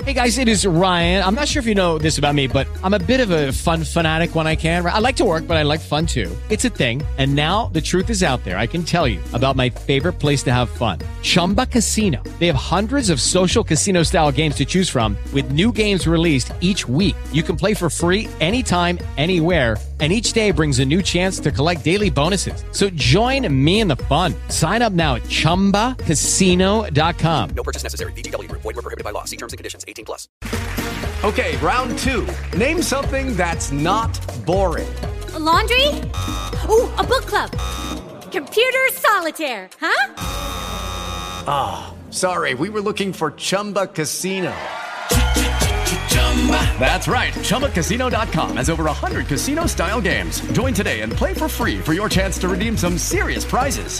Hey guys, it is Ryan. I'm not sure if you know this about me, but I'm a bit of a fun fanatic when I can. I like to work, but I like fun too. It's a thing. And now the truth is out there. I can tell you about my favorite place to have fun. Chumba Casino. They have hundreds of social casino style games to choose from with new games released each week. You can play for free anytime, anywhere. And each day brings a new chance to collect daily bonuses. So join me in the fun. Sign up now at ChumbaCasino.com. No purchase necessary. VGW Group. Void where prohibited by law. See terms and conditions. 18+. Okay, round two. Name something that's not boring. A laundry? Ooh, a book club. Computer solitaire, huh? Sorry, we were looking for Chumba Casino. That's right. ChumbaCasino.com has over 100 casino-style games. Join today and play for free for your chance to redeem some serious prizes.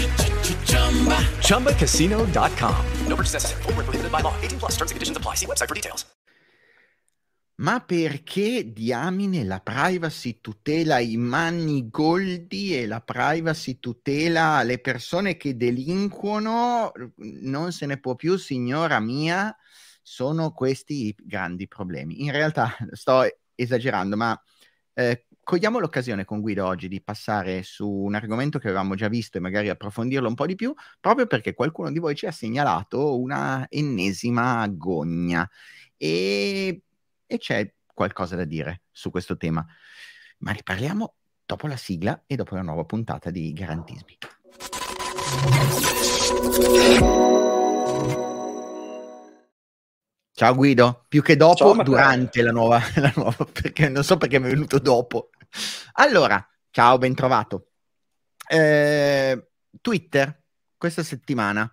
ChumbaCasino.com. No purchase necessary. Void where prohibited by law. 18+. Terms and conditions apply. See website for details. Ma perché diamine la privacy tutela i manigoldi e la privacy tutela le persone che delinquono? Non se ne può più, signora mia. Sono questi i grandi problemi. In realtà sto esagerando, ma cogliamo l'occasione con Guido oggi di passare su un argomento che avevamo già visto e magari approfondirlo un po' di più, proprio perché qualcuno di voi ci ha segnalato una ennesima gogna e c'è qualcosa da dire su questo tema. Ma riparliamo dopo la sigla e dopo la nuova puntata di Garantismi. Ciao Guido, più che dopo, Ciao, durante la nuova, perché non so perché mi è venuto dopo. Allora, ciao, ben trovato. Twitter, questa settimana,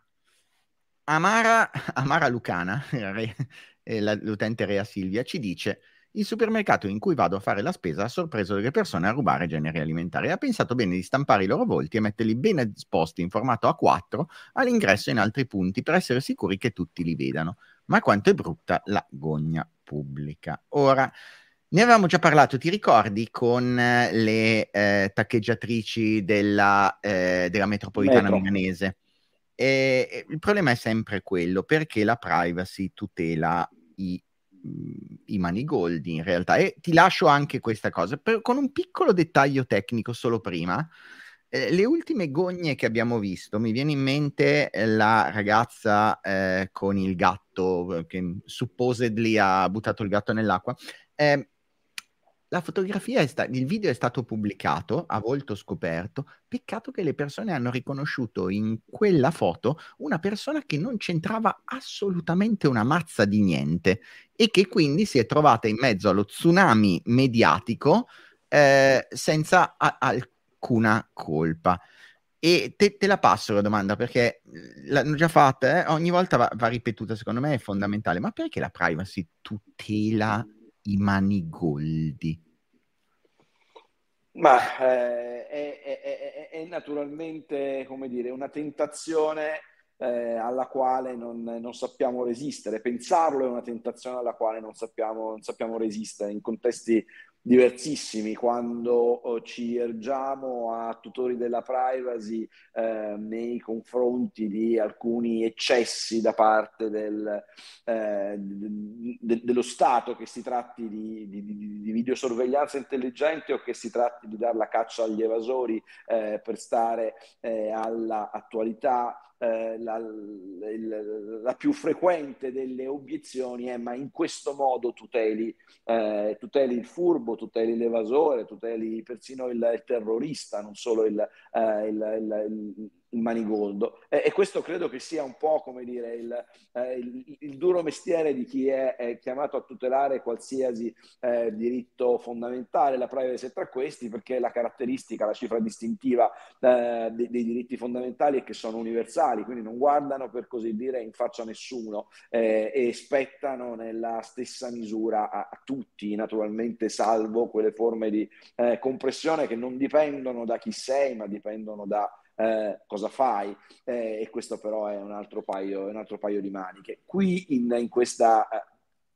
Amara Lucana, l'utente Rea Silvia, ci dice: il supermercato in cui vado a fare la spesa ha sorpreso delle persone a rubare generi alimentari e ha pensato bene di stampare i loro volti e metterli ben esposti in formato A4 all'ingresso e in altri punti per essere sicuri che tutti li vedano. Ma quanto è brutta la gogna pubblica. Ora, ne avevamo già parlato, ti ricordi, con le taccheggiatrici della metropolitana milanese. Il problema è sempre quello, perché la privacy tutela i manigoldi in realtà. E ti lascio anche questa cosa, con un piccolo dettaglio tecnico solo prima. Le ultime gogne che abbiamo visto, mi viene in mente la ragazza con il gatto che supposedly ha buttato il gatto nell'acqua. La fotografia il video è stato pubblicato a volto scoperto. Peccato che le persone hanno riconosciuto in quella foto una persona che non c'entrava assolutamente una mazza di niente e che quindi si è trovata in mezzo allo tsunami mediatico senza alcuna colpa. E te la passo la domanda, perché l'hanno già fatta, ogni volta va ripetuta, secondo me è fondamentale. Ma perché la privacy tutela i manigoldi? Ma è naturalmente, come dire, una tentazione alla quale non sappiamo resistere. Pensarlo è una tentazione alla quale non sappiamo resistere in contesti diversissimi, quando ci ergiamo a tutori della privacy nei confronti di alcuni eccessi da parte dello Stato, che si tratti di videosorveglianza intelligente o che si tratti di dar la caccia agli evasori per stare all'attualità. La più frequente delle obiezioni è: ma in questo modo tuteli il furbo, tuteli l'evasore, tuteli persino il terrorista, non solo il manigoldo. E questo credo che sia un po', come dire, il duro mestiere di chi è chiamato a tutelare qualsiasi diritto fondamentale. La privacy è tra questi, perché la caratteristica, la cifra distintiva dei diritti fondamentali è che sono universali, quindi non guardano, per così dire, in faccia a nessuno e spettano nella stessa misura a tutti, naturalmente, salvo quelle forme di compressione che non dipendono da chi sei, ma dipendono da cosa fai, e questo però è un altro paio di maniche. Qui in questa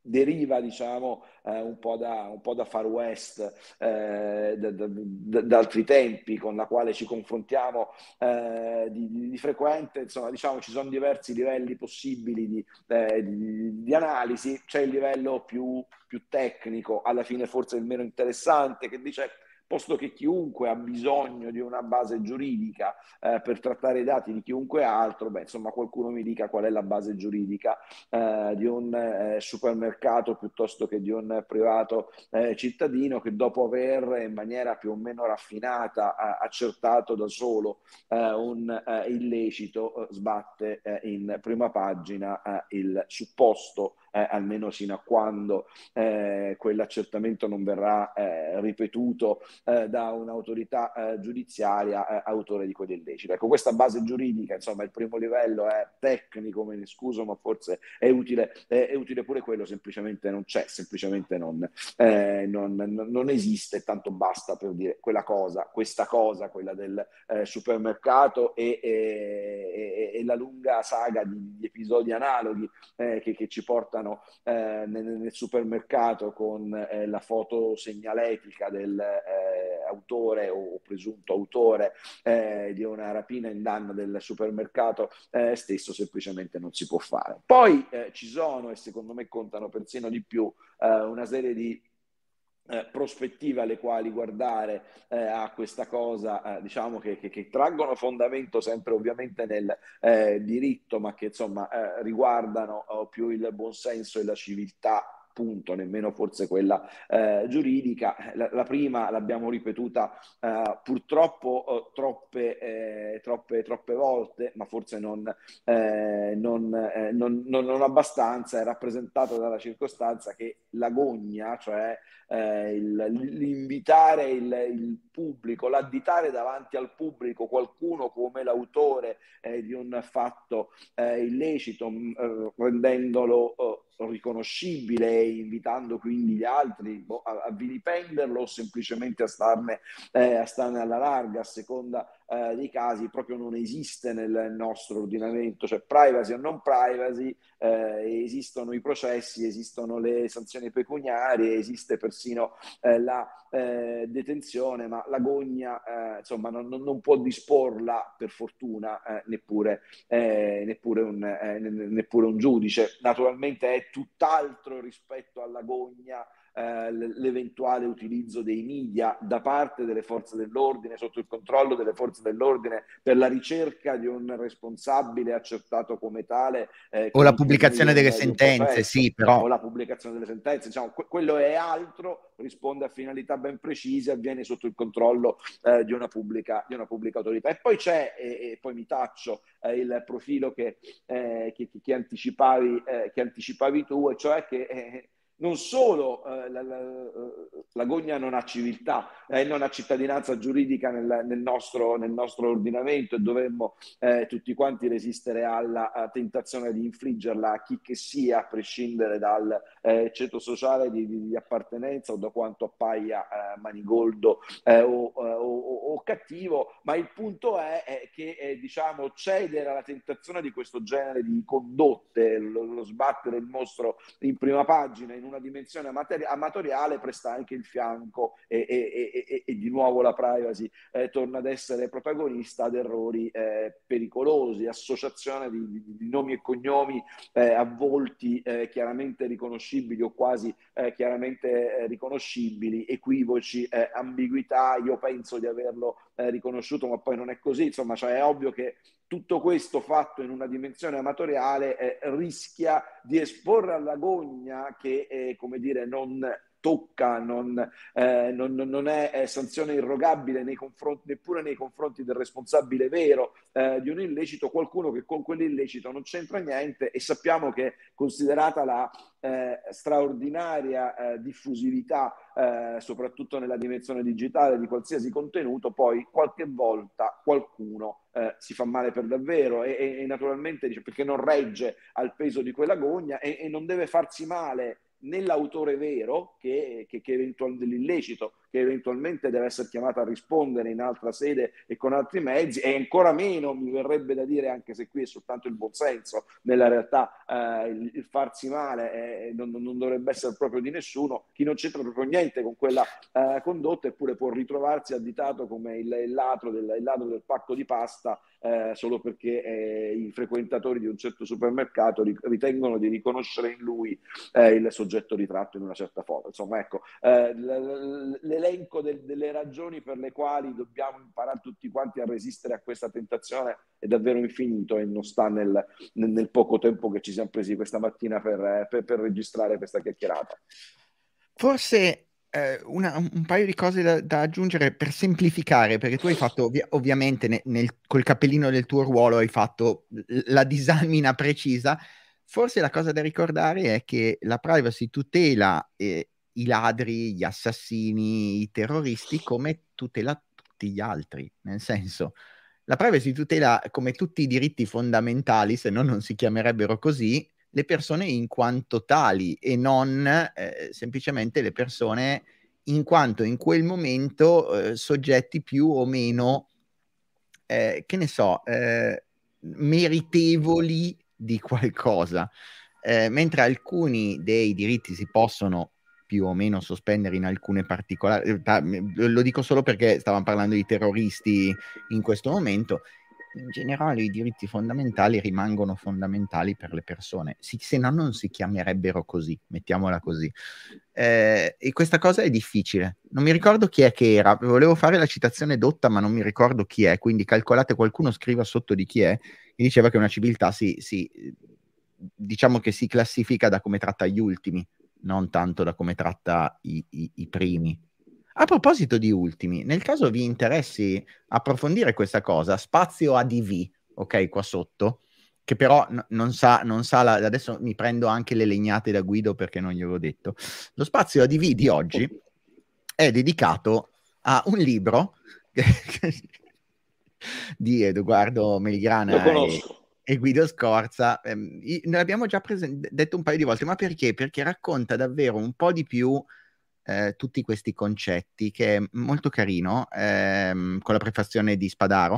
deriva, diciamo, un po' da Far West, da altri tempi, con la quale ci confrontiamo di frequente. Insomma, diciamo, ci sono diversi livelli possibili di analisi. C'è il livello più tecnico, alla fine forse il meno interessante, che dice: posto che chiunque ha bisogno di una base giuridica per trattare i dati di chiunque altro, insomma, qualcuno mi dica qual è la base giuridica di un supermercato piuttosto che di un privato cittadino, che dopo aver in maniera più o meno raffinata accertato da solo un illecito, sbatte in prima pagina il supposto, almeno sino a quando quell'accertamento non verrà ripetuto da un'autorità giudiziaria autore di quell'illecito. Ecco, questa base giuridica, insomma, il primo livello è tecnico, me ne scuso, ma forse è utile pure quello. Semplicemente non c'è, semplicemente non esiste, tanto basta per dire questa cosa, quella del supermercato e la lunga saga di episodi analoghi che ci portano nel supermercato, con la foto segnaletica del autore o presunto autore di una rapina in danno del supermercato stesso. Semplicemente non si può fare. Poi ci sono, e secondo me contano persino di più, una serie di prospettive alle quali guardare a questa cosa, diciamo che traggono fondamento sempre ovviamente nel diritto, ma che insomma riguardano più il buonsenso e la civiltà, punto, nemmeno forse quella giuridica. La prima l'abbiamo ripetuta purtroppo troppe volte, ma forse non abbastanza, è rappresentata dalla circostanza che l'agonia, cioè l'invitare il pubblico, l'additare davanti al pubblico qualcuno come l'autore di un fatto illecito, rendendolo riconoscibile e invitando quindi gli altri a vilipenderlo o semplicemente a starne alla larga, a seconda dei casi, proprio non esiste nel nostro ordinamento. Cioè, privacy o non privacy, esistono i processi, esistono le sanzioni pecuniarie, esiste persino la detenzione, ma l'agonia insomma non può disporla, per fortuna, neppure un giudice. Naturalmente è tutt'altro rispetto all'agonia l'eventuale utilizzo dei media da parte delle forze dell'ordine, sotto il controllo delle forze dell'ordine, per la ricerca di un responsabile accertato come tale, o la pubblicazione delle sentenze, sì, però o la pubblicazione delle sentenze, diciamo, quello è altro, risponde a finalità ben precise, avviene sotto il controllo di una pubblica autorità. E poi c'è, e poi mi taccio, il profilo che anticipavi tu, e cioè che non solo l'agonia non ha civiltà, non ha cittadinanza giuridica nel nostro ordinamento, e dovremmo tutti quanti resistere alla tentazione di infliggerla a chi che sia, a prescindere dal ceto sociale di appartenenza o da quanto appaia manigoldo o cattivo. Ma il punto è che diciamo, cedere alla tentazione di questo genere di condotte, lo sbattere il mostro in prima pagina in una dimensione amatoriale, presta anche il fianco e di nuovo la privacy torna ad essere protagonista ad errori pericolosi, associazione di nomi e cognomi a volti chiaramente riconoscibili o quasi chiaramente riconoscibili, equivoci, ambiguità. Io penso di averlo riconosciuto, ma poi non è così. Insomma, cioè, è ovvio che tutto questo fatto in una dimensione amatoriale rischia di esporre all'agonia che, come dire, non tocca, non è sanzione irrogabile neppure nei confronti del responsabile vero di un illecito, qualcuno che con quell'illecito non c'entra niente. E sappiamo che, considerata la straordinaria diffusività, soprattutto nella dimensione digitale, di qualsiasi contenuto, poi qualche volta qualcuno si fa male per davvero, e naturalmente perché non regge al peso di quell'agonia, e non deve farsi male né l'autore vero che eventualmente dell'illecito, che eventualmente deve essere chiamata a rispondere in altra sede e con altri mezzi, e ancora meno mi verrebbe da dire, anche se qui è soltanto il buonsenso, nella realtà il farsi male non dovrebbe essere proprio di nessuno, chi non c'entra proprio niente con quella condotta, eppure può ritrovarsi additato come il ladro del pacco di pasta solo perché i frequentatori di un certo supermercato ritengono di riconoscere in lui il soggetto ritratto in una certa foto. Insomma, ecco, l'elenco delle ragioni per le quali dobbiamo imparare tutti quanti a resistere a questa tentazione è davvero infinito e non sta nel poco tempo che ci siamo presi questa mattina per registrare questa chiacchierata. Forse un paio di cose da aggiungere per semplificare, perché tu hai fatto ovviamente col cappellino del tuo ruolo hai fatto la disamina precisa. Forse la cosa da ricordare è che la privacy tutela i ladri, gli assassini, i terroristi come tutela tutti gli altri, nel senso, la privacy tutela come tutti i diritti fondamentali, se no non si chiamerebbero così, le persone in quanto tali e non semplicemente le persone in quanto in quel momento soggetti più o meno, che ne so, meritevoli di qualcosa, mentre alcuni dei diritti si possono più o meno sospendere in alcune particolari, lo dico solo perché stavamo parlando di terroristi in questo momento. In generale i diritti fondamentali rimangono fondamentali per le persone, se no non si chiamerebbero così, mettiamola così. E questa cosa è difficile, non mi ricordo chi è che era, volevo fare la citazione dotta ma non mi ricordo chi è, quindi calcolate, qualcuno scriva sotto di chi è, e diceva che una civiltà diciamo che si classifica da come tratta gli ultimi, non tanto da come tratta i primi. A proposito di ultimi, nel caso vi interessi approfondire questa cosa, spazio ADV, ok, qua sotto, che però non sa adesso mi prendo anche le legnate da Guido perché non gliel'ho detto. Lo spazio ADV di oggi è dedicato a un libro di Edoardo Meligrana e Guido Scorza. Ne abbiamo già detto un paio di volte, ma perché? Perché racconta davvero un po' di più tutti questi concetti, che è molto carino, con la prefazione di Spadaro.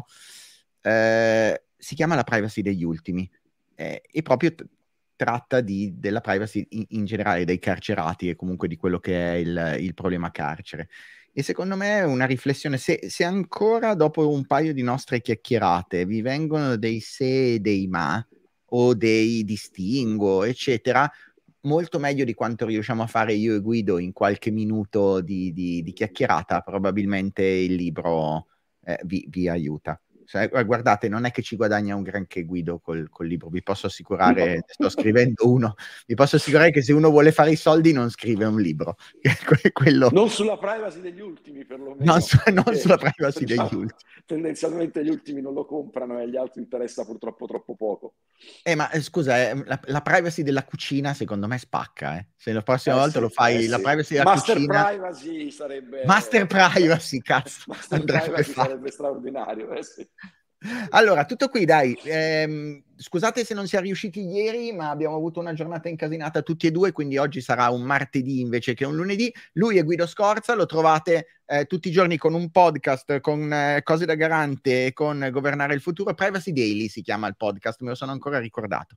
Si chiama La privacy degli ultimi e proprio tratta della privacy in generale dei carcerati e comunque di quello che è il problema carcere. E secondo me è una riflessione, se ancora dopo un paio di nostre chiacchierate vi vengono dei se e dei ma o dei distinguo eccetera, molto meglio di quanto riusciamo a fare io e Guido in qualche minuto di chiacchierata, probabilmente il libro vi aiuta. Guardate, non è che ci guadagna un granché Guido col libro, vi posso assicurare, sto scrivendo uno, vi posso assicurare che se uno vuole fare i soldi non scrive un libro. Quello... Non sulla privacy degli ultimi, perlomeno. Non sulla privacy degli ultimi. Tendenzialmente gli ultimi non lo comprano e agli altri interessa purtroppo troppo poco. Ma scusa, la privacy della cucina secondo me spacca. Se la prossima volta lo fai, la privacy della cucina... Privacy sarebbe... Master privacy, cazzo. Master privacy sarebbe straordinario, sì. Allora, tutto qui, dai. Scusate se non siamo riusciti ieri, ma abbiamo avuto una giornata incasinata tutti e due, quindi oggi sarà un martedì invece che un lunedì. Lui è Guido Scorza, lo trovate tutti i giorni con un podcast, con Cose da Garante e con Governare il Futuro. Privacy Daily si chiama il podcast, me lo sono ancora ricordato.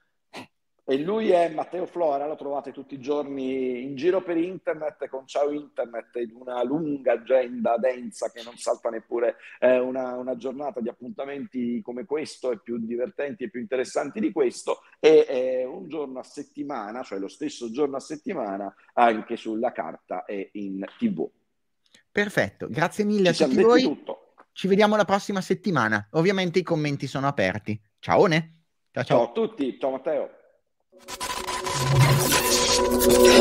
E lui è Matteo Flora, lo trovate tutti i giorni in giro per internet con Ciao Internet, in una lunga agenda densa che non salta neppure una giornata di appuntamenti come questo, e più divertenti e più interessanti di questo, e un giorno a settimana, cioè lo stesso giorno a settimana, anche sulla carta e in TV. Perfetto, grazie mille a tutti voi. Tutto. Ci vediamo la prossima settimana. Ovviamente i commenti sono aperti. Ciao a tutti, ciao Matteo.